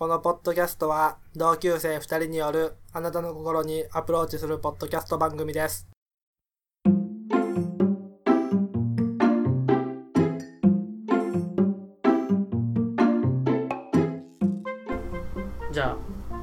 このポッドキャストは同級生2人によるあなたの心にアプローチするポッドキャスト番組です。 じゃ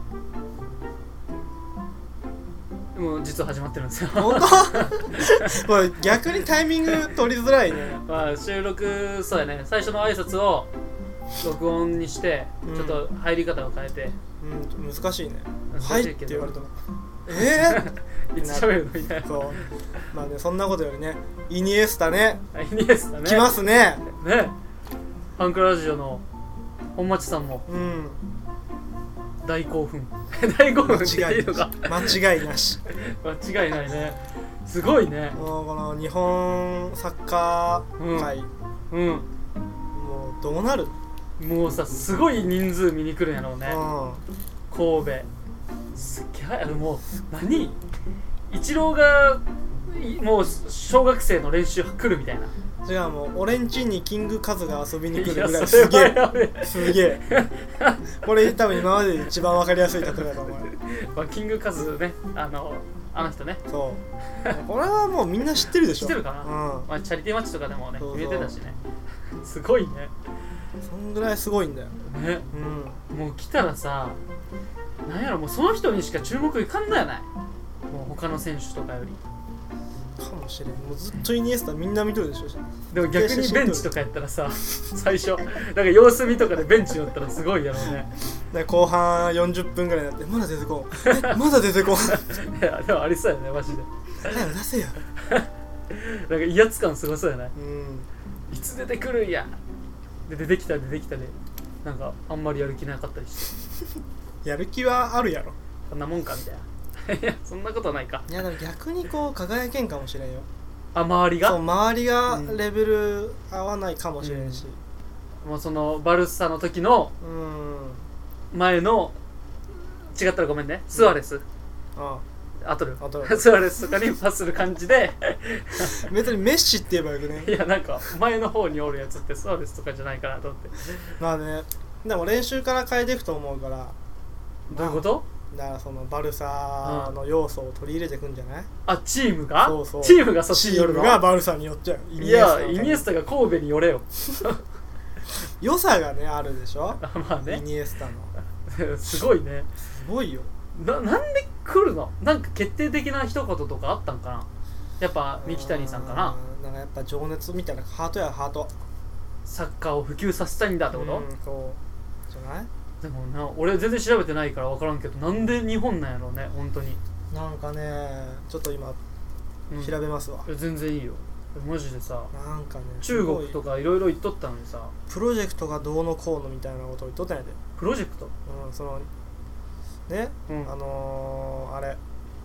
あもう実は始まってるんですよ。 本当これ逆にタイミング取りづらいね。 まあ収録そうやね、最初の挨拶を録音にして、ちょっと入り方を変えて、 難しいね。 難しいけどはいって言われてもいつ喋るのみたいな。 そうまあね、そんなことよりね、イニエスタね、 イニエスタね、 来ますね。 ね、ファンクラジオの本町さんも大興奮大興奮って言っていいのか。 間違いなし間違いないね。すごいね。 もうこの日本サッカー界、もうどうなる。 もうさ、すごい人数見に来るんやろうね。神戸すっげえ。もう何、イチローがもう小学生の練習来るみたいな。 違う、もう俺ん家にキングカズが遊びに来るぐらいすげえすげえこれ多分今までで一番分かりやすい例えだと思う。 まあ、キングカズね、あの人ね。 そうこれはもうみんな知ってるでしょ。 知ってるかな、まあ、チャリティーマッチとかでもね見えてたしね。すごいね。 そんぐらいすごいんだよね。もう来たらさ、なんやろ、もうその人にしか注目いかんのやない。もう他の選手とかよりかもしれん。もうずっとイニエスタみんな見とるでしょ。 でも逆にベンチとかやったらさ、最初なんか様子見とかでベンチにおったらすごいやろうね。 で後半40分ぐらいになってまだ出てこんまだ出てこんいやでもありそうやね、マジで。 早く出せよなんか威圧感すごそうやない。いつ出てくるんやで、出てきたでなんかあんまりやる気なかったりしてやる気はあるやろ。 こんなもんかみたいな。いやそんなことはないか。 いやでも逆にこう輝けんかもしれんよ。 周りが、 そう周りがレベル合わないかもしれんし、 もうそのバルサの時の前の、違ったらごめんね、スアレス、あとるスアレスとかにパスする感じで別にメッシって言えばよくね。 いやなんか前の方におるやつってスアレスとかじゃないかなと思って。 まあね、でも練習から変えていくと思うから。 どういうこと？ だからそのバルサの要素を取り入れていくんじゃない？ チームが？ そうチームがそっちに寄るの？ チームがバルサに寄っちゃう。 いやイニエスタが神戸に寄れよ良さがねあるでしょまあね、 イニエスタのすごいね。 すごいよ。 なんで来るの？なんか決定的な一言とかあったんかな。やっぱ三木谷さんかな。 なんかやっぱ情熱みたいな、ハートやハート。 サッカーを普及させたいんだってこと？ そうじゃない？でもな、俺全然調べてないから分からんけど、なんで日本なんやろうね、本当に。 なんかね、ちょっと今調べますわ。 全然いいよマジでさ。 なんかね、 中国とかいろいろ言っとったのにさ、 プロジェクトがどうのこうのみたいなことを言っとったんやで。 プロジェクト？ そのね、あれ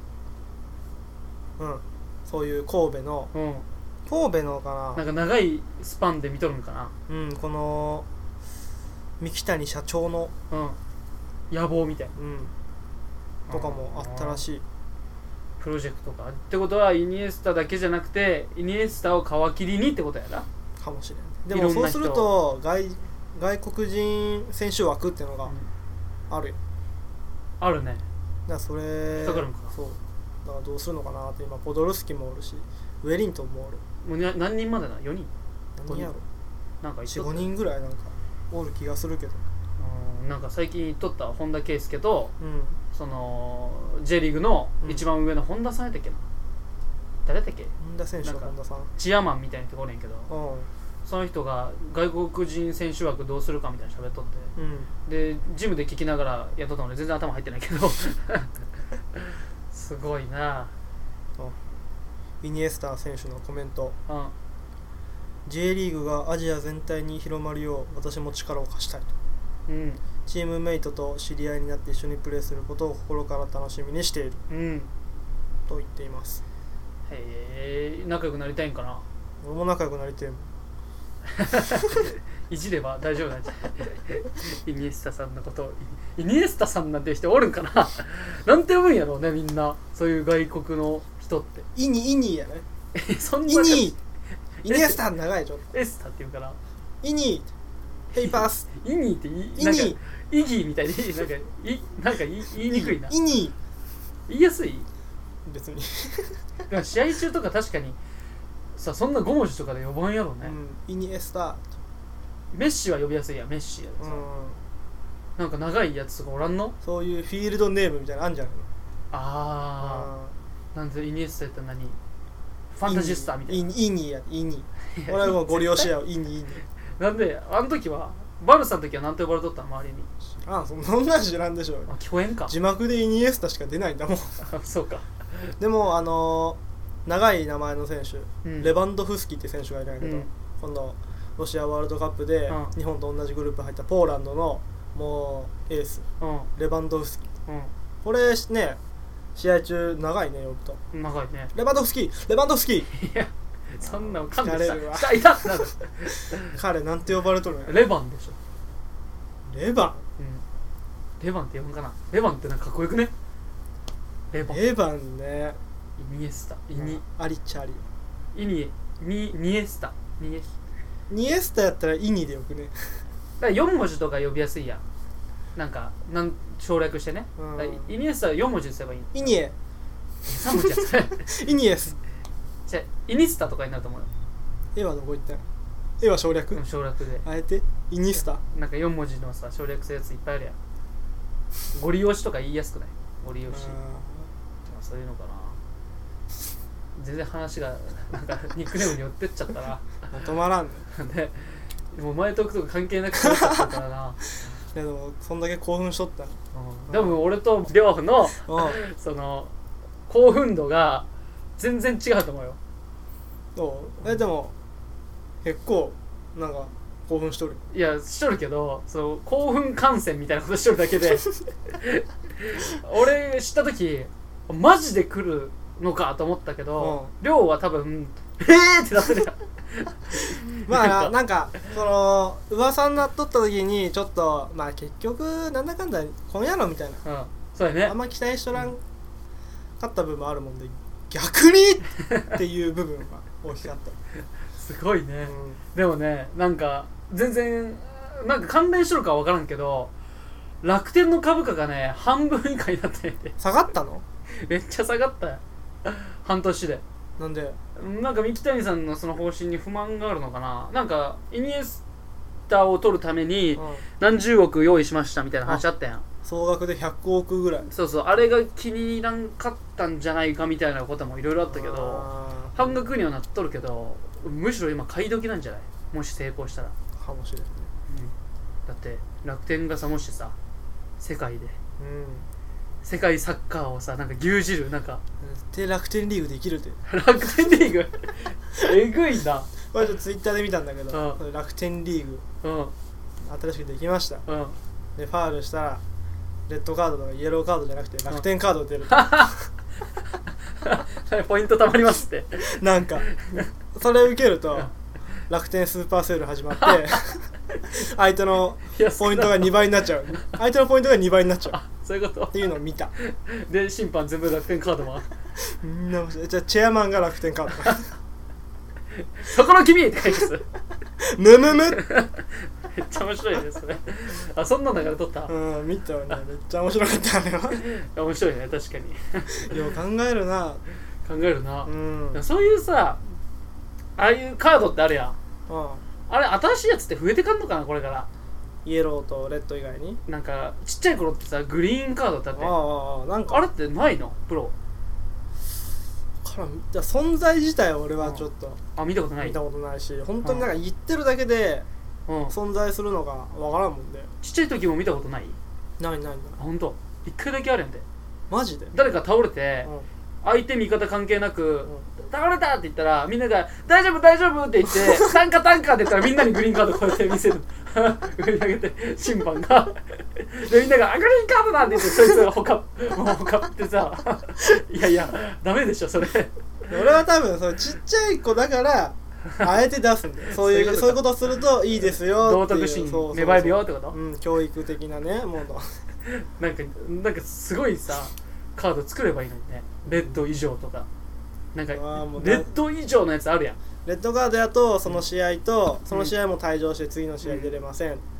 そういう神戸のかな、 なんか長いスパンで見とるんかな。 この三木谷社長の野望みたいな、 とかもあったらしい。 プロジェクトかってことはイニエスタだけじゃなくて、イニエスタを皮切りにってことやな。 かもしれん。でもそうすると外国人選手枠っていうのがあるよ。 あるね。 だからそれかかるんか。 そうだからどうするのかなって。今ポドルスキもおるし、ウェリントンもおる。 もう何人までな？ 4 人？ 何人やろ。 なんか 4,5 人ぐらいなんかおる気がするけど。 なんか最近言っとった本田圭佑と、その J リーグの一番上の本田さんやったっけな、誰だっけ、 本田選手と本田さん、 チアマンみたいなところやんけど、その人が外国人選手枠どうするかみたいな喋っとって、でジムで聞きながらやっとったので全然頭入ってないけどすごいな。 イニエスタ選手のコメント、J リーグがアジア全体に広まるよう私も力を貸したいと、チームメイトと知り合いになって一緒にプレーすることを心から楽しみにしている、と言っています。 へえ、仲良くなりたいんかな。 俺も仲良くなりたいもんいじれば大丈夫なんじゃイニエスタさんのことを。イニエスタさんなんて人おるんかななんて呼ぶんやろうね、みんな。そういう外国の人ってイニやねそんなイニエスタ長いちょっとエスタっていうかな。 イニヘイパースイニーってイニイギーみたいになんか言いにくいな。 イニ言いやすい別にだから試合中とか確かにさ、そんな5文字とかで呼ばんやろね、 イニエスタメッシは呼びやすいやん、メッシやでさ、なんか長いやつとかおらんの？ そういうフィールドネームみたいなのあんじゃん。 なんでイニエスタやったら何？ファンタジスタみたいな。 イニやイニ俺はもうゴリ押しやイニなんであの時はバルサの時は何て呼ばれとったの周りに？ そんなん知らんでしょ。 聞こえんか。 字幕でイニエスタしか出ないんだもんそうか。 でも長い名前の選手、レバンドフスキって選手がいるんやけど、今度ロシアワールドカップで日本と同じグループ入ったポーランドのもうエース、レバンドフスキ、これね試合中長いね、呼ぶと長いね。 レバンドフスキレバンドフスキいやそんなの勘弁したいたってなる彼なんて呼ばれとるんや。 レバンでしょ。 レバン、 レバンって呼ぶんかな。レバンってなんかかっこよくね。レバンね。 イニエスタアリチャリニエスタニエスタやったらイニでよくね。 だから4文字とか呼びやすいやん。なんか省略してね、イニエスタは4文字にすればいい。 イニエ 3文字やつイニエスじゃイニスタとかになると思うよ。 絵はどこ行ったん？絵は省略？ 省略であえてイニスタなんか4文字のさ省略するやついっぱいあるやん。ゴリ押しとか言いやすくない？ゴリ押しそういうのかな。全然話がなんかニックネームに寄ってっちゃったな止まらんねでもう前トークとか関係なくなっちゃったからなでもそんだけ興奮しとった、 でも俺とりょうのその興奮度が全然違うと思うよ。 どう？でも結構なんか興奮しとる。 いやしとるけど、そう興奮感染みたいなことしとるだけで俺知った時マジで来るのかと思ったけど、りょうは多分ってなってるやんまあなんかその噂になっとった時にちょっとまあ結局なんだかんだ今夜のみたいな、 そうやね、 あんま期待しとらんかった部分もあるもんで、逆にっていう部分は大きかったすごいね、でもねなんか全然なんか関連しとるかは分からんけど楽天の株価がね半分以下になってて下がったの？ めっちゃ下がったよ半年で。 なんで？ なんか三木谷さんのその方針に不満があるのかな。なんかイニエスタを取るために何十億用意しましたみたいな話あったやん。 総額で100億ぐらい。 そうそう、あれが気に入らんかったんじゃないかみたいなこともいろいろあったけど、半額にはなっとるけどむしろ今買い時なんじゃない？もし成功したらかもしれない、 だって楽天がさもしさ世界で、世界サッカーをさなんか牛耳るなんかで楽天リーグできるって楽天リーグえぐいな。 これちょっとツイッターで見たんだけど、楽天リーグ、新しくできました、でファウルしたらレッドカードとかイエローカードじゃなくて楽天カード出る、 ポイントたまりますってなんかそれ受けると楽天スーパーセール始まって相手のポイントが2倍になっちゃう相手のポイントが2倍になっちゃうそういうことっていうのを見た。 で審判全部楽天カードもみんな面白い。じゃあチェアマンが楽天カードそこの君って書いてますむむむめっちゃ面白いねそれ。あ、そんな流れ撮った？ 見たわね。めっちゃ面白かったあれは面白いね確かによう考えるな。 考えるな、そういうさああいうカードってあるやん、あれ新しいやつって増えてかんのかなこれから。 イエローとレッド以外になんかちっちゃい頃ってさグリーンカードってあって、 なんかあれってないのプロから存在自体は俺はちょっと、 見たことないし、本当になんか言ってるだけで存在するのがわからんもんで、 ちっちゃい時も見たことない？ ない本当一回だけあるんで。 マジで？ 誰か倒れて、相手味方関係なく、倒れたって言ったらみんなが大丈夫大丈夫って言ってタンカって言ったらみんなにグリーンカードこうやって見せる上に上げて審判がでみんながグリーンカードだって言ってそいつが他ってさいやダメでしょそれ。 俺は多分そのちっちゃい子だからあえて出すんだよそういうことするといいですよ道徳心芽生えるよってこと、 教育的なねものなんかすごいさカード作ればいいのにね。レッド以上とかなんかレッド以上のやつあるやん。 レッドカードやとその試合とその試合も退場して次の試合出れません、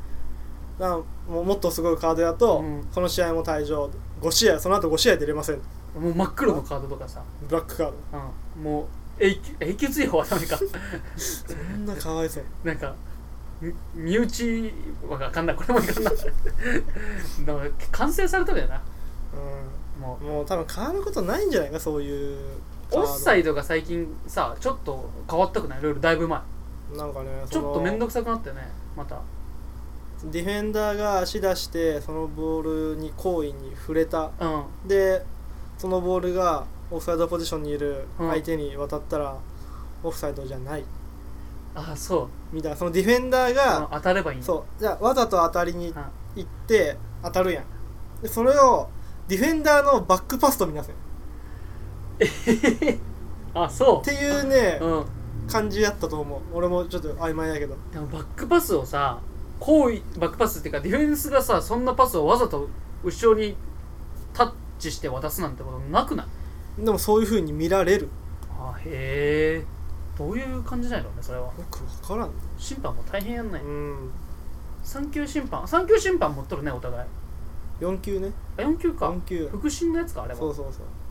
だからもっとすごいカードだと、この試合も退場5試合その後5試合出れません。 もう真っ黒のカードとかさ、 ブラックカード、 もう永久追放はダメかそんなかわいそう。 なんか身内わかんない、これもいかんないだから完成されたんだよな。 もう多分変わることないんじゃないか、そういうオフサイドが最近さちょっと変わったくない？ルールだいぶ前なんかね、 ちょっと面倒くさくなったよね。またディフェンダーが足出してそのボールに行為に触れた、でそのボールがオフサイドポジションにいる相手に渡ったら、オフサイドじゃない、 そうみたいな。そのディフェンダーが当たればいいんだ。 そうじゃあわざと当たりに行って当たるやん。でそれをディフェンダーのバックパスとみなせんそうっていうね、感じやったと思う。俺もちょっと曖昧だけど。 でもバックパスをさ、バックパスっていうかディフェンスがさ、そんなパスをわざと後ろにタッチして渡すなんてことなくない？ でもそういう風に見られる。 へえ、どういう感じなんやろうね、それは。よく分からん。 審判も大変やんない。3級審判持っとるね、お互い。 4級ね。 4級か。 4級腹心のやつか、あれは。 そうね。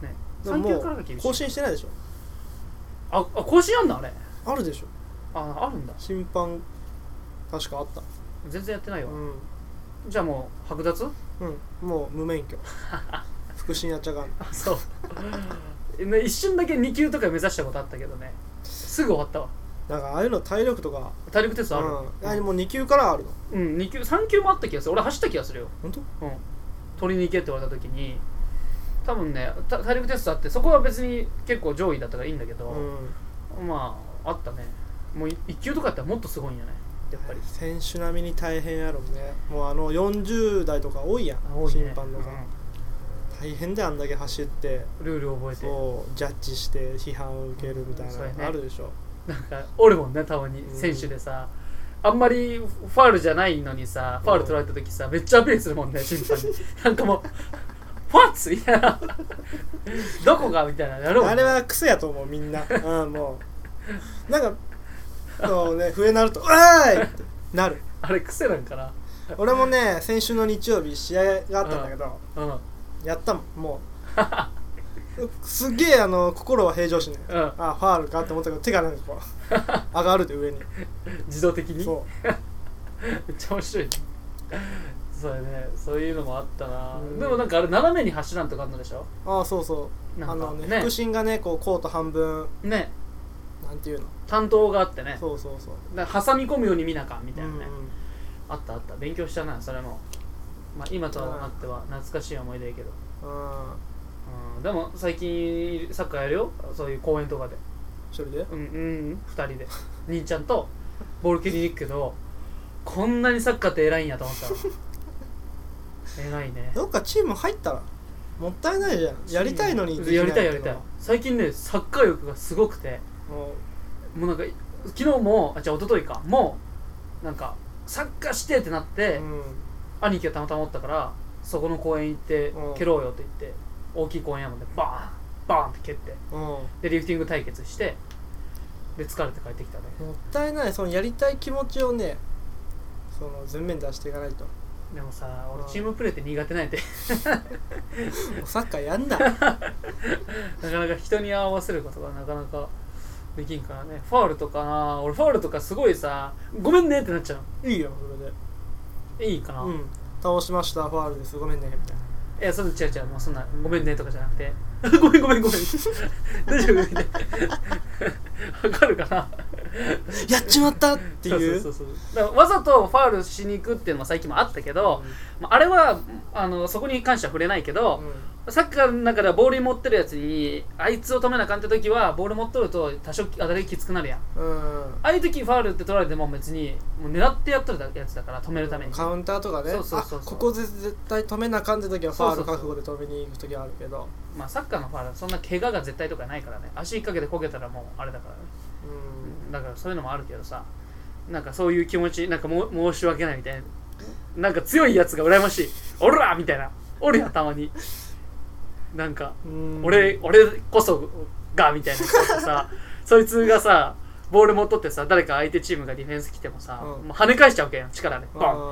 3級からが厳しい。 更新してないでしょ。更新あんだ、あれ。 あるでしょ。 あるんだ。 審判確かあった。 全然やってないよ。じゃあもう剥奪？ もう無免許腹心やっちゃがん。 そう一瞬だけ2級とか目指したことあったけどね、すぐ終わったわ。 なんかああいうの体力テストある。 もう2級からあるの。 2級3級もあった気がする。俺走った気がするよ。 本当？ 取りに行けって言われた時に多分ね、体力テストあって、そこは別に結構上位だったからいいんだけど、まああったね。もう1級とかやったらもっとすごいんじゃない？やっぱり選手並みに大変やろうね。もう40代とか多いやん、審判のが、大変であんだけ走ってルール覚えてそうジャッジして批判を受けるみたいなのあるでしょ。 なんかおるもんね、たまに選手でさ、あんまりファウルじゃないのにさ、ファウル取られた時さ、めっちゃアピールするもんね、審判に。なんかもうファッツみたいなどこがみたいなやろう、ね、 あれは癖やと思う、みんな。もうなんかそうね、笛鳴ると「おーい!」ってなる。 あれ癖なんかな。 俺もね、先週の日曜日試合があったんだけど、やったもん。もうすっげえ心は平常心ね、ファールかって思ったけど、手がなんかこう上がるで上に自動的に。 そうめっちゃ面白いね。そうやね、そういうのもあったな。でもなんかあれ斜めに走らんとかあるのでしょ。 そう腹心がね、こうコート半分ね、なんていうの、 担当があってね。 そうだから挟み込むように見なかんみたいなね、あった。勉強したな、それも。まあ今となっては懐かしい思い出やけど、でも最近サッカーやるよ、そういう公園とかで。 一人で 2人で兄ちゃんとボール蹴りに行くけど、こんなにサッカーって偉いんやと思ったら偉いね。 どっかチーム入ったらもったいないじゃん。やりたいのにやりたい。最近ね、サッカー欲がすごくて、もうなんか昨日も一昨日かもうなんかサッカーしてってなって、兄貴がたまたまおったからそこの公園行って蹴ろうよって言って、大きい公園やもんでバーンって蹴って、でリフティング対決して、で疲れて帰ってきたね。 もったいない。そのやりたい気持ちをね、その前面出していかないと。 でもさ、俺チームプレーって苦手なんやてサッカーやんだなかなか人に合わせることがなかなかできんからね。ファウルとかな、俺ファウルとかすごいさ、ごめんねってなっちゃう。 いいよ、それでいいかな。 倒しました、ファウルです、ごめんねみたいな。 いや、そんな違う、もうそんなごめんねとかじゃなくてごめん大丈夫みたいなわかるかなやっちまったっていう。 そうだからわざとファウルしに行くっていうのも最近もあったけど、あれはそこに関しては触れないけど、サッカーの中ではボール持ってるやつにあいつを止めなあかんって時は、ボール持っとると多少当たりきつくなるやん。ああいう時ファウルって取られても別にもう狙ってやっとるやつだから、止めるためにカウンターとかね。ここで絶対止めなあかんって時はファウル覚悟で止めに行く時はあるけど、 まあサッカーのファウルはそんな怪我が絶対とかないからね。足かけてこけたらもうあれだからね。だからそういうのもあるけどさ、なんかそういう気持ち、なんか申し訳ないみたいな、なんか強いやつが羨ましい、おらみたいな、おるやんたまに。なんか俺こそがみたいなさそいつがさボール持っとってさ、誰か相手チームがディフェンス来てもさ、もう跳ね返しちゃうわけやん、力でバン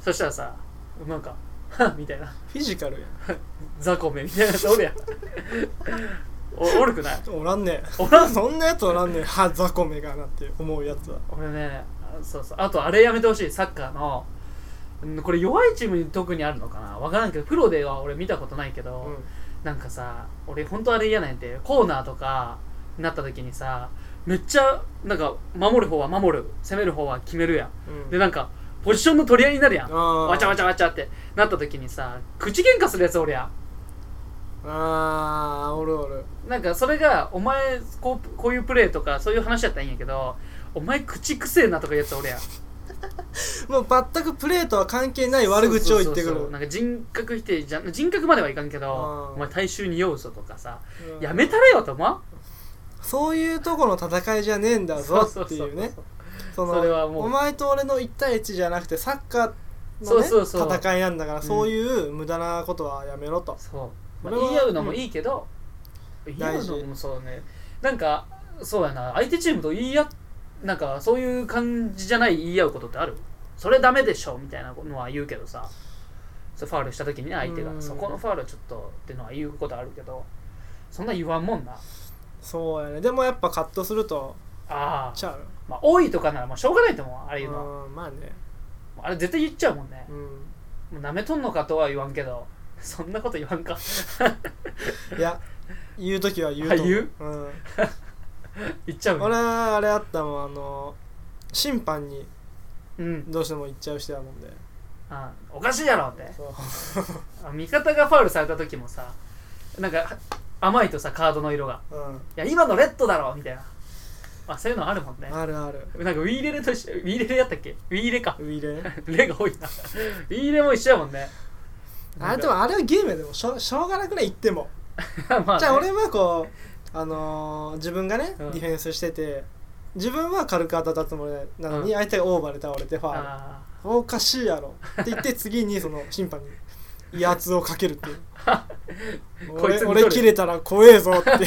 そしたらさなんかみたいなフィジカルやんザコメみたいなやつおるやんおるくない？ おらんねおらんそんなやつおらんねはザコメがなって思うやつは。 俺ねそうあとあれやめてほしい。サッカーのこれ弱いチームに特にあるのかな分からんけどプロでは俺見たことないけど、なんかさ俺ほんとあれ嫌なんやてコーナーとかになった時にさめっちゃなんか守る方は守る攻める方は決めるやん、でなんかポジションの取り合いになるやんわちゃわちゃわちゃってなった時にさ口喧嘩するやつおるやん。 おるおる。 なんかそれがお前こういうプレーとかそういう話やったらいいんやけどお前口くせえなとか言うやつおるやんもう全くプレーとは関係ない悪口を言ってくる。 そうなんか人格否定じゃ人格まではいかんけどお前大衆に酔うぞとかさやめたれよと思う。 そういうとこの戦いじゃねえんだぞっていうね。それはもうお前と俺の1対1じゃなくてサッカーの、ね、戦いなんだからそういう無駄なことはやめろと。 そう、まあ、言い合うのもいいけど、言い合うのもそうね。なんかそうやな相手チームと言い合なんかそういう感じじゃない言い合うことってある？それダメでしょみたいなのは言うけどさそファウルした時にね相手がそこのファウルはちょっとってのは言うことあるけどそんな言わんもんな。 そうやね。でもやっぱカットするとちゃう。 まあ多いとかならもうしょうがないと思うあれ言うの。 まあねあれ絶対言っちゃうもんね、もう舐めとんのかとは言わんけどそんなこと言わんかいや言うときは言うと思う。 言う言っちゃう俺あれあったもん審判にどうしても言っちゃう人やもんで、 おかしいやろって味方がファウルされた時もさなんか甘いとさカードの色が、いや今のレッドだろみたいなそういうのあるもんね。 あるある。 なんかウィーレレと一緒ウィーレレやったっけウィーレかウィーレレが多いなウィーレも一緒やもんね。 でもあれはゲームでもしょうがなくない言ってもまあ、ね、じゃあ俺はこう自分がね、ディフェンスしてて自分は軽く当たったつもりなのに、相手がオーバーで倒れてファールおかしいやろって言って次にその審判に威圧をかけるっていう俺切れたら怖えぞって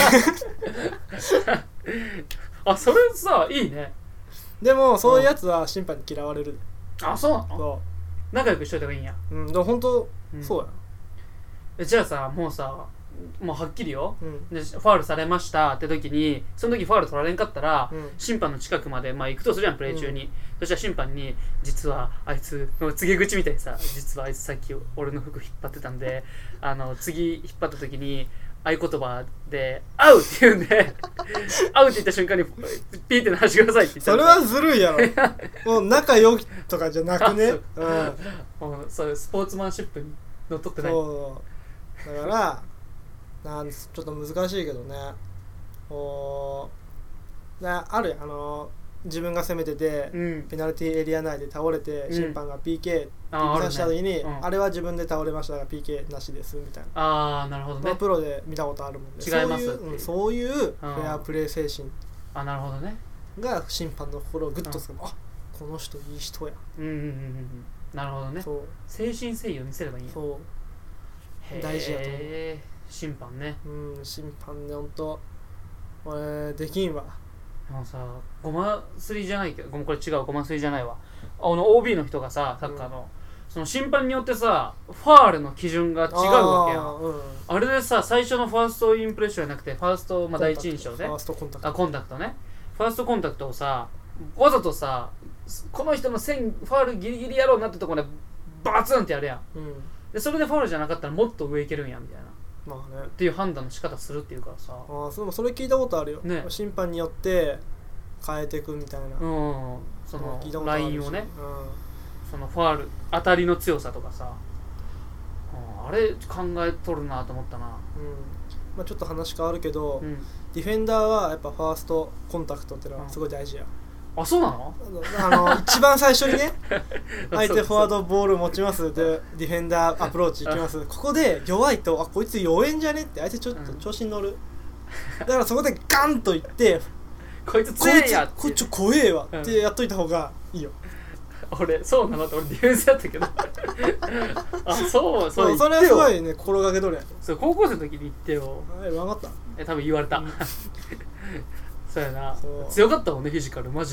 それさいいね。 でもそういうやつは審判に嫌われる。 そうなの？仲良くしといた方がいいんや。 でも本当、そうや。じゃあさもうはっきりよ、でファウルされましたって時にその時ファウル取られんかったら、審判の近くまで、行くとするやんプレー中に、そしたら審判に実はあいつ告げ口みたいにさ実はあいつさっき俺の服引っ張ってたんで次引っ張った時に合言葉で「アウ!」って言うんで「アウ!」って言った瞬間にピーって鳴らしてくださいって言ったそれはずるいやろもう仲良きとかじゃなくねそういうスポーツマンシップにのっとってない。 そうだからちょっと難しいけどねあるやん自分が攻めてて、ペナルティーエリア内で倒れて、審判が PK って出した時に、あれは自分で倒れましたが PK なしですみたいな。 なるほどね。 プロで見たことあるもんね。 違います。 そういうフェアプレー精神なるほどねが審判の心をグッとつかむ。この人いい人や。 なるほどね。精神誠意を見せればいいんや。 そう大事やと思う。 審判ね。 審判ね、ほんと俺できんわ。 さごますりじゃないけどこれ違うごますりじゃないわOB の人がさサッカーの、その審判によってさファールの基準が違うわけやん。あれでさ最初のファーストインプレッションじゃなくてファースト、第一印象でファーストコンタクトコンタクトね。ファーストコンタクトをさわざとさこの人の線ファールギリギリやろうなってところでバツンってやるやん、でそれでファールじゃなかったらもっと上いけるんやみたいなっていう判断の仕方するっていうからさそれ聞いたことあるよ、審判によって変えていくみたいな、 そのラインをね、そのファール当たりの強さとかさ、あれ考えとるなと思ったな。 ちょっと話変わるけど、ディフェンダーはやっぱファーストコンタクトってのはすごい大事や。 そうなの？ 一番最初にね相手フォワードボール持ちますでディフェンダーアプローチいきます。ここで弱いとこいつ弱えんじゃねって相手ちょっと調子に乗る、だからそこでガンといってこいつ強えやってこいつ怖えわってやっといた方がいいよ。 俺そうなのって俺ディフェンスやったけどそうそれはすごいね心がけとるやん。 そう高校生の時に言ってよ。 分かった。 多分言われたそうやな。強かったもんねフィジカルマジで。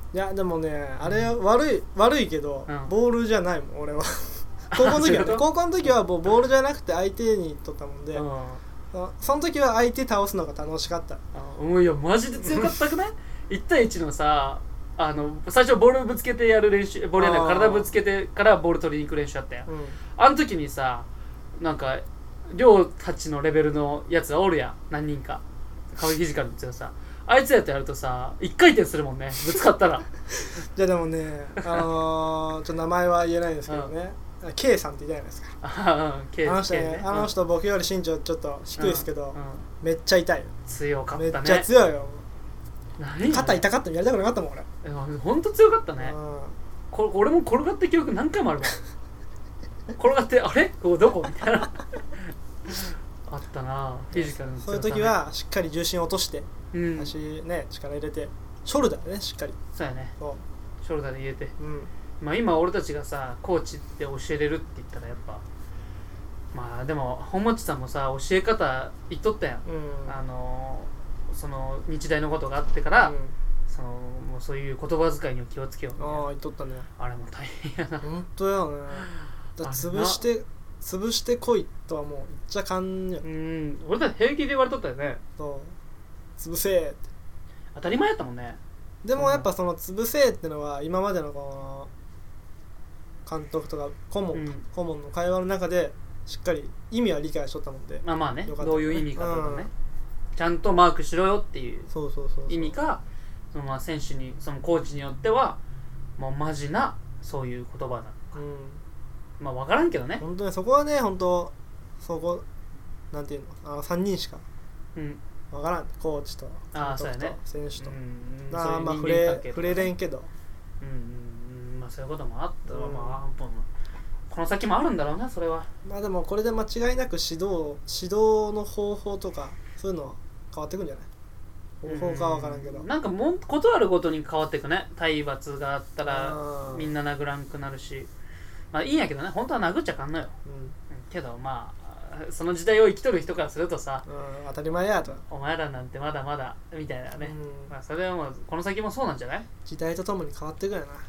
いやでもねあれ悪いけど、ボールじゃないもん俺は高校の時はね高校の時はもうボールじゃなくて相手に取ったもんで、その時は相手倒すのが楽しかった。 いやマジで強かったくない1対1のさ最初ボールぶつけてやる練習、ボールやない体ぶつけてからボール取りに行く練習あったやん、あの時にさなんか寮たちのレベルのやつがおるやん何人か顔フィジカルの強さあいつやとやるとさ1回転するもんねぶつかったらじゃあでもねちょっと名前は言えないんですけどね、K さんっていたじゃないですか。あの人僕より身長ちょっと低いですけど、めっちゃ痛いよ。 強かったね。 めっちゃ強いよ。 何肩痛かったのやりたくなかったもん俺。 ほんと強かったね。俺も転がって記憶何回もあるもん転がってあれここどこみたいなあったなフィジカルの強さ、ね、 そういう時はしっかり重心落として、足ね力入れてショルダーでねしっかりそうやねショルダーで入れて、まあ今俺たちがさコーチって教えれるって言ったらやっぱまあでも本町さんもさ教え方言っとったやん、その日大のことがあってから、もうそういう言葉遣いには気をつけようみたいな。 言っとったね。 あれも大変やな。 本当やね。潰してこいとはもう言っちゃかんや。 俺たち平気で言われとったよね。 潰せーって当たり前やったもんね。 でもやっぱその潰せーってのは今までのこの監督とか顧問の会話の中でしっかり意味は理解しとったもんで、 まあねどういう意味かとかね、ちゃんとマークしろよっていう意味か、そのまあ選手にそのコーチによってはもうマジなそういう言葉なのか、まあ分からんけどね。 本当にそこはね本当そこなんていうの3人しか分からん、コーチと監督と選手と、まあ触れれんけど、 まあそういうこともあったら、まあこの先もあるんだろうなそれは。 まあでもこれで間違いなく指導の方法とかそういうのは変わってくんじゃない？方法かは分からんけど、 なんかもうことあるごとに変わっていくね。体罰があったらみんな殴らんくなるし、まあいいんやけどね、本当は殴っちゃかんのよ、けどまあその時代を生きとる人からするとさ、 当たり前やと、 お前らなんてまだまだみたいなね、まあそれはもうこの先もそうなんじゃない？ 時代とともに変わっていくやな。い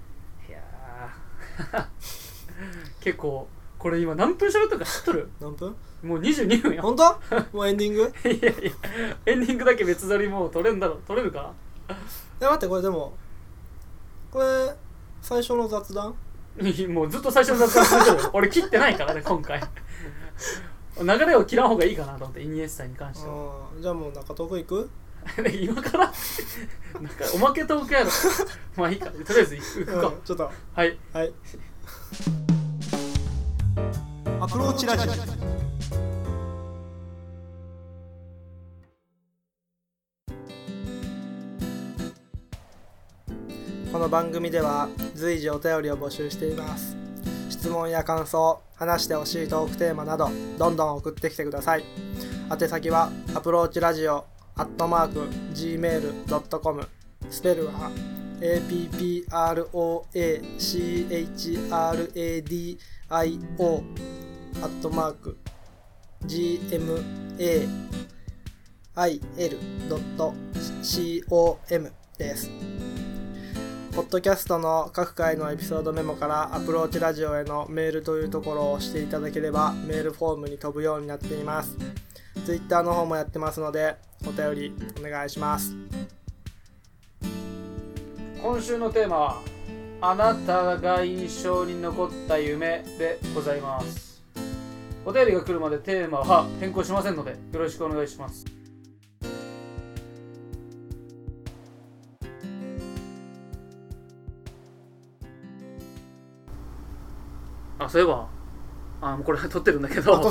や結構これ今何分喋ったか知っとる？ 何分？ もう22分よ。 本当？もうエンディング？ いやエンディングだけ別撮りもう撮れるか？ いや待ってこれでもこれ最初の雑談？ もうずっと最初の雑談するよ俺切ってないからね今回流れを切らん方がいいかなと思って、イニエスタに関しては。 じゃあもう中トーク行く？ 今からなんかおまけトークやろまあいいか、とりあえず行くか、 ちょっとはいアプローチラジオ。この番組では随時お便りを募集しています。質問や感想、話してほしいトークテーマなどどんどん送ってきてください。宛先はアプローチラジオ@gmail.com、 スペルは APROACHRADIO@gmail.com です。ポッドキャストの各回のエピソードメモからアプローチラジオへのメールというところを押していただければメールフォームに飛ぶようになっています。ツイッターの方もやってますのでお便りお願いします。 今週のテーマはあなたが印象に残った夢でございます。お便りが来るまでテーマは変更しませんのでよろしくお願いします。そういえばこれ撮ってるんだけど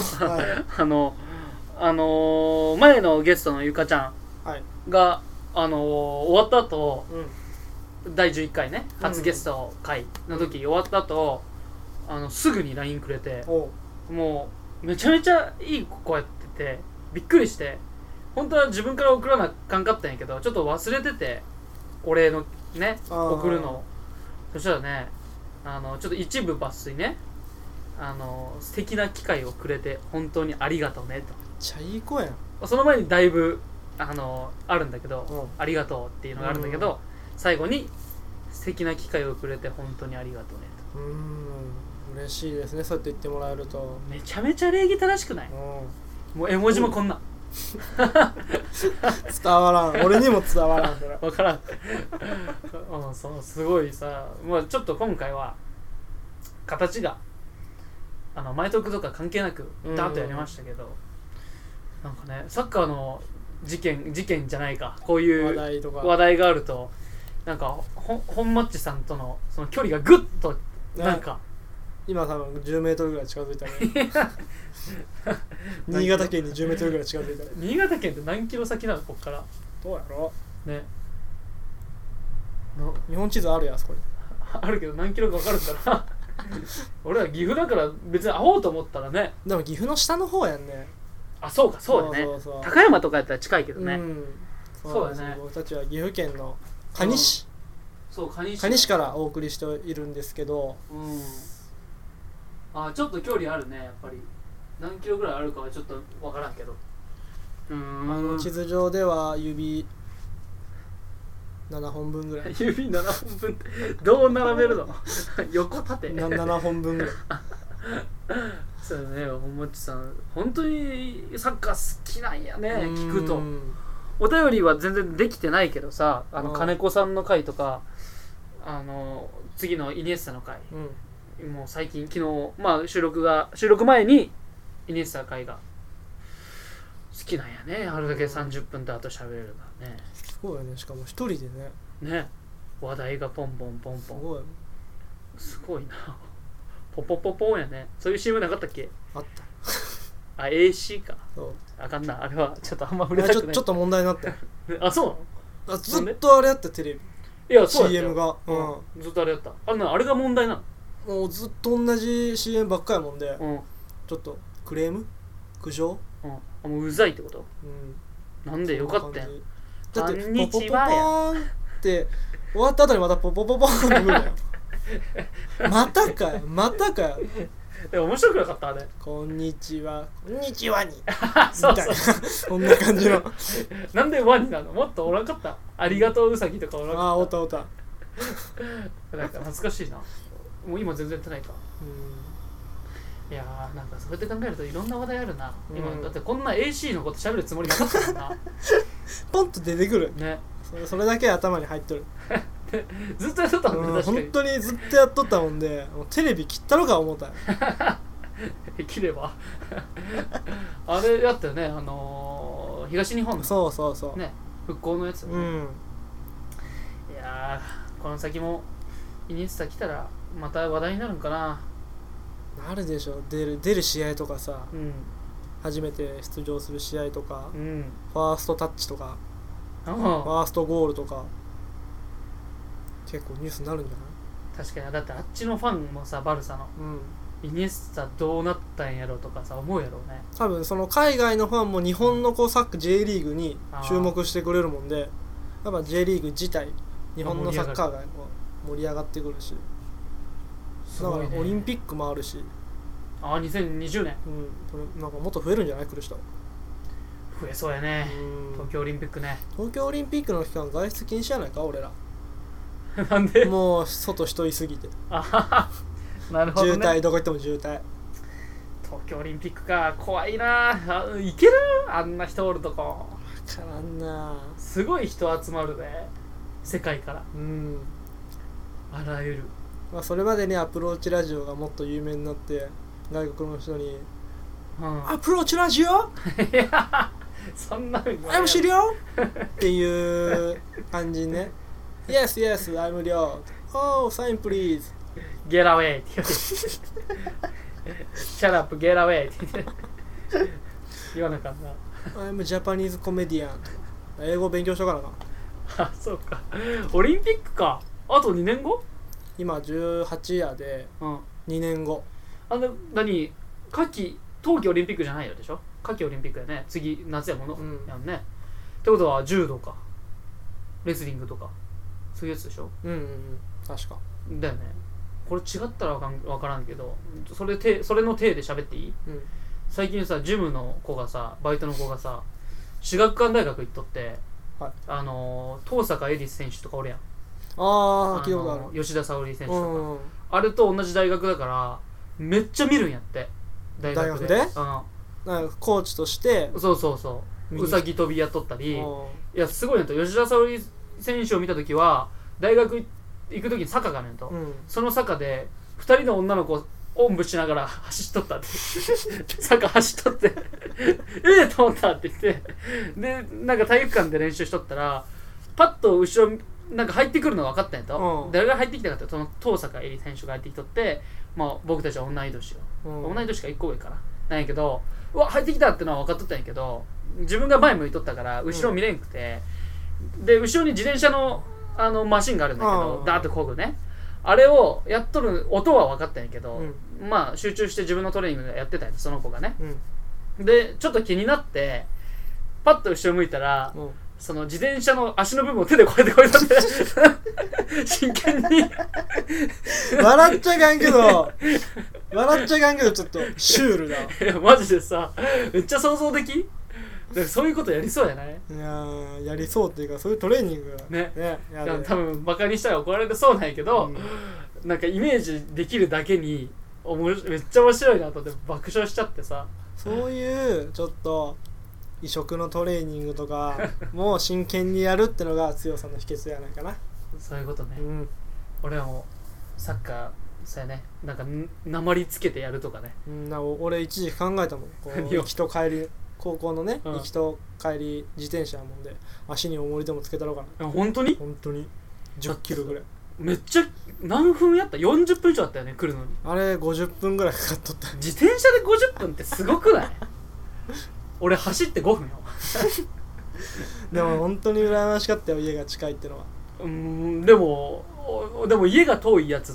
前のゲストのゆかちゃんが、終わった後、第11回ね初ゲスト回の時、終わった後すぐに LINE くれて、もうめちゃめちゃいい子やっててびっくりして、本当は自分から送らなあかんかったんやけどちょっと忘れてて、お礼のね送るの。そしたらねちょっと一部抜粋ね、素敵な機会をくれて本当にありがとうねと。めっちゃいい子やん。 その前にだいぶあるんだけど、ありがとうっていうのがあるんだけど、最後に素敵な機会をくれて本当にありがとうねと。嬉しいですね、そうやって言ってもらえると。 めちゃめちゃ礼儀正しくない？もう絵文字もこんな伝わらん、俺にも伝わらん。 分からんそうすごいさ、まあ、ちょっと今回は形が前トークとか関係なくダーッとやりましたけど、なんかねサッカーの事件じゃないか、こういう話題があるとなんか本マッチさんとのその距離がグッとなんか、 今多分10メートルぐらい近づいたね新潟県に10メートルぐらい近づいたね。 新潟県って何キロ先なのこっから？ どうやろね、 日本地図あるやんそこに。 あるけど何キロか分かるから俺は岐阜だから別に会おうと思ったらね。 でも岐阜の下の方やんね。 あ、そうか、そうだね。そう高山とかやったら近いけどね。そうだね。 僕たちは岐阜県の可児市、 そう可児市からお送りしているんですけど、 ちょっと距離あるね、やっぱり。何キロぐらいあるかはちょっと分からんけど。 地図上では指7本分ぐらい。 指7本分ってどう並べるの横縦 7本分ぐらいそうだね、本町さん本当にサッカー好きなんやね。聞くとお便りは全然できてないけどさ、金子さんの回とか次のイニエスタの回、もう最近昨日、まあ、収録前にイニエスタの回が好きなんやね。あれだけ30分とあと喋れるからね。 すごいよね。しかも一人でね話題がポンポンポンポンすごいな。ポポポポンやね。そういう CM なかったっけ？ あった AC か。 そうあかんな、あれはちょっとあんま触れたくない。 ちょっと問題になったよあ、そうなの？ ずっとあれやったテレビ。 いや、そうやった CM が、 ずっとあれやった。あれが問題なの？もうずっと同じ CM ばっかりやもんで、ちょっとクレーム？苦情？ もううざいってこと？なんでよかったやん。 だってポポポポーンって終わった後にまたポポポポーンってくるのよまたかよ面白くなかったあれ。 こんにちはにそうそんな感じのなんでワニなの？もっとおらんかった？ありがとううさぎとかおらんかった？ おったなんか懐かしいな。もう今全然やってないか。いやー、なんかそうやって考えるといろんな話題あるな。今だってこんな AC のこと喋るつもりなかったもんなポンと出てくるね。 それだけ頭に入っとるずっとやっとったもんね。確かに本当にずっとやっとったもんで、もうテレビ切ったのか思ったよ切ればあれやったよね、東日本のそうね、復興のやつよね、いやー、この先もイニエスタ来たらまた話題になるんかな。 なるでしょ。出る試合とかさ、初めて出場する試合とか、ファーストタッチとか、ファーストゴールとか結構ニュースになるんじゃない？ 確かに。だってあっちのファンもさ、バルサの、イニエスタどうなったんやろとかさ思うやろうね。 多分その海外のファンも日本のサッカー J リーグに注目してくれるもんで、やっぱ J リーグ自体日本のサッカーが盛り上がってくるし、だからオリンピックもあるし、 2020年、 なんかもっと増えるんじゃない？来る人増えそうやね。東京オリンピックね。 東京オリンピックの期間外出禁止やないか俺らなんで？ もう外人いすぎてなるほどね。 渋滞、どこ行っても渋滞。 東京オリンピックか、怖いな。行ける？あんな人おるとこ。 分からんな。 すごい人集まるね、世界から。あらゆる。 それまでにアプローチラジオがもっと有名になって外国の人に、アプローチラジオいやそんなふうに I'm 資料っていう感じねYes, I'm 料 Oh, sign please Get away って言われてShut up, get away って言わなかった。 I'm Japanese comedian 英語勉強しようかな。あ、そうか。オリンピックか。あと2年後？ 今18やで、2年後。 何？冬季オリンピックじゃないよでしょ？夏季オリンピックやね。次夏やもの、やんね。ってことは柔道かレスリングとかそういうやつでしょ？ 確かだよね。これ違ったら分からんけど、それの体で喋っていい？最近さ、ジムの子がさ、バイトの子がさ、至学館大学行っとって、登坂絵莉選手とかおるやん。 あ聞いたことある。 吉田沙保里選手とか、あれと同じ大学だからめっちゃ見るんやって、大学で。なんかコーチとしてそううさぎ跳びやっとったり、いやすごいなと。吉田沙保里選手を見た時は大学行く時に坂があるんと、その坂で2人の女の子をおんぶしながら走っとったって坂走っとってと思ったって言って、でなんか体育館で練習しとったらパッと後ろなんか入ってくるのが分かったんやと、誰が入ってきたかってその東坂絵里選手が入ってきとって、まあ僕たちは同い年よ、同い年か1個上かななんやけど、うわ入ってきたってのは分かっとったんやけど、自分が前向いとったから後ろ見れんくて、で後ろに自転車のマシンがあるんだけど、ダーッとこぐね、あれをやっとる音は分かったんやけど、まあ集中して自分のトレーニングやってたんや、その子がね、でちょっと気になってパッと後ろ向いたら、その自転車の足の部分を手でこうやってこうやって真剣に笑っちゃいかんけどちょっとシュールだ。 いやマジでさ、めっちゃ想像できん？そういうことやりそうやない？ いややりそうっていうか、そういうトレーニングがね多分バカにしたら怒られるそうなんやけど、なんかイメージできるだけにめっちゃ面白いなと思って爆笑しちゃってさ。 そういうちょっと異色のトレーニングとかもう真剣にやるってのが強さの秘訣やないかな。 そういうことね、俺はもうサッカーそうやね、なんか鉛つけてやるとかね、 俺一時考えたもん、こう行きと帰り高校のね、行きと帰り自転車やもんで足に重りでもつけたろうかな。 本当に 10キロぐらい。 めっちゃ何分やった？ 40 分以上あったよね、来るのに。 あれ50分ぐらいかかっとった。 自転車で50分ってすごくない俺走って5分よでも本当に羨ましかったよ、家が近いってのは。 でも家が遠いやつって、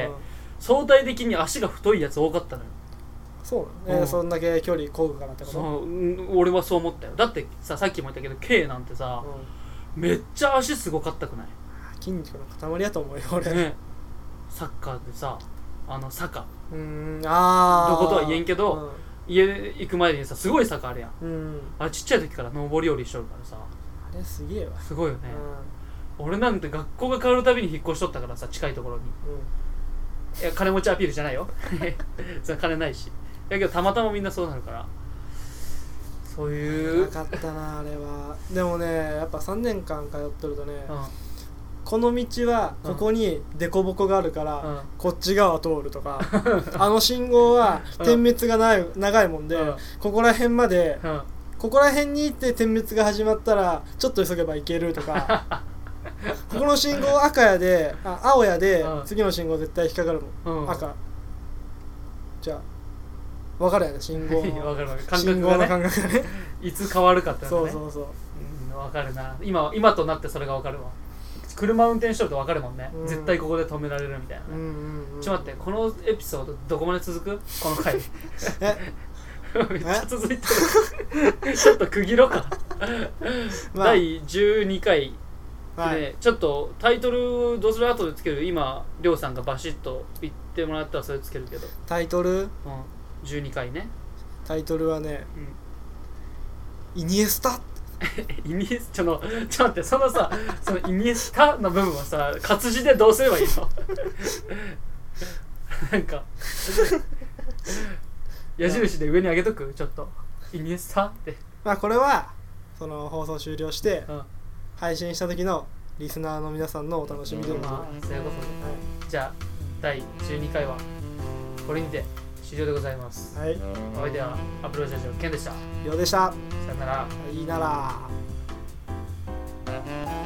相対的に足が太いやつ多かったのよ。 そうなの、そんだけ距離漕ぐからってこと？ 俺はそう思ったよ。だってさっきも言ったけど K なんてさ、めっちゃ足すごかったくない？ 筋肉の塊やと思うよ俺、 ね、サッカーでさ坂どことは言えんけど、家行く前にさすごい坂あるやん、あれちっちゃい時から上り下りしとるからさ、 あれすげえわ。 すごいよね、俺なんて学校が変わるたびに引っ越しとったからさ、近いところに、いや金持ちアピールじゃないよそれ金ないし、だけどたまたまみんなそうなるから、そういうなかったなあれは。でもねやっぱ3年間通っとるとね、この道はここに凸凹があるから、こっち側通るとかあの信号は点滅が長いもんで、ここら辺まで、ここら辺に行って点滅が始まったらちょっと急げば行けるとかここの信号赤やで青やで、次の信号絶対引っかかるもん、赤じゃあ分かるやね、信号の感覚がねいつ変わるかってね。 そう、 分かるな。今となってそれが分かるわ。車運転しとると分かるもんね、絶対ここで止められるみたいなね、ちょっと待って、このエピソードどこまで続く？この回めっちゃ続いてるちょっと区切ろうか第12回で、ちょっとタイトルどうする？後でつける？今りょうさんがバシッと言ってもらったらそれつけるけど、 タイトル、 12回ね、 タイトルはね、イニエスタイニエスちょっと待って、そのイニエスタの部分はさ活字でどうすればいいのなんか矢印で上に上げとく？ちょっとイニエスタって、 これはその放送終了して、配信した時のリスナーの皆さんのお楽しみでも、 そういうことで、じゃあ第12回はこれにて終了でございます。お相手はアプローチラジオケンでした。 りょうでした。 さよなら。 いいなら。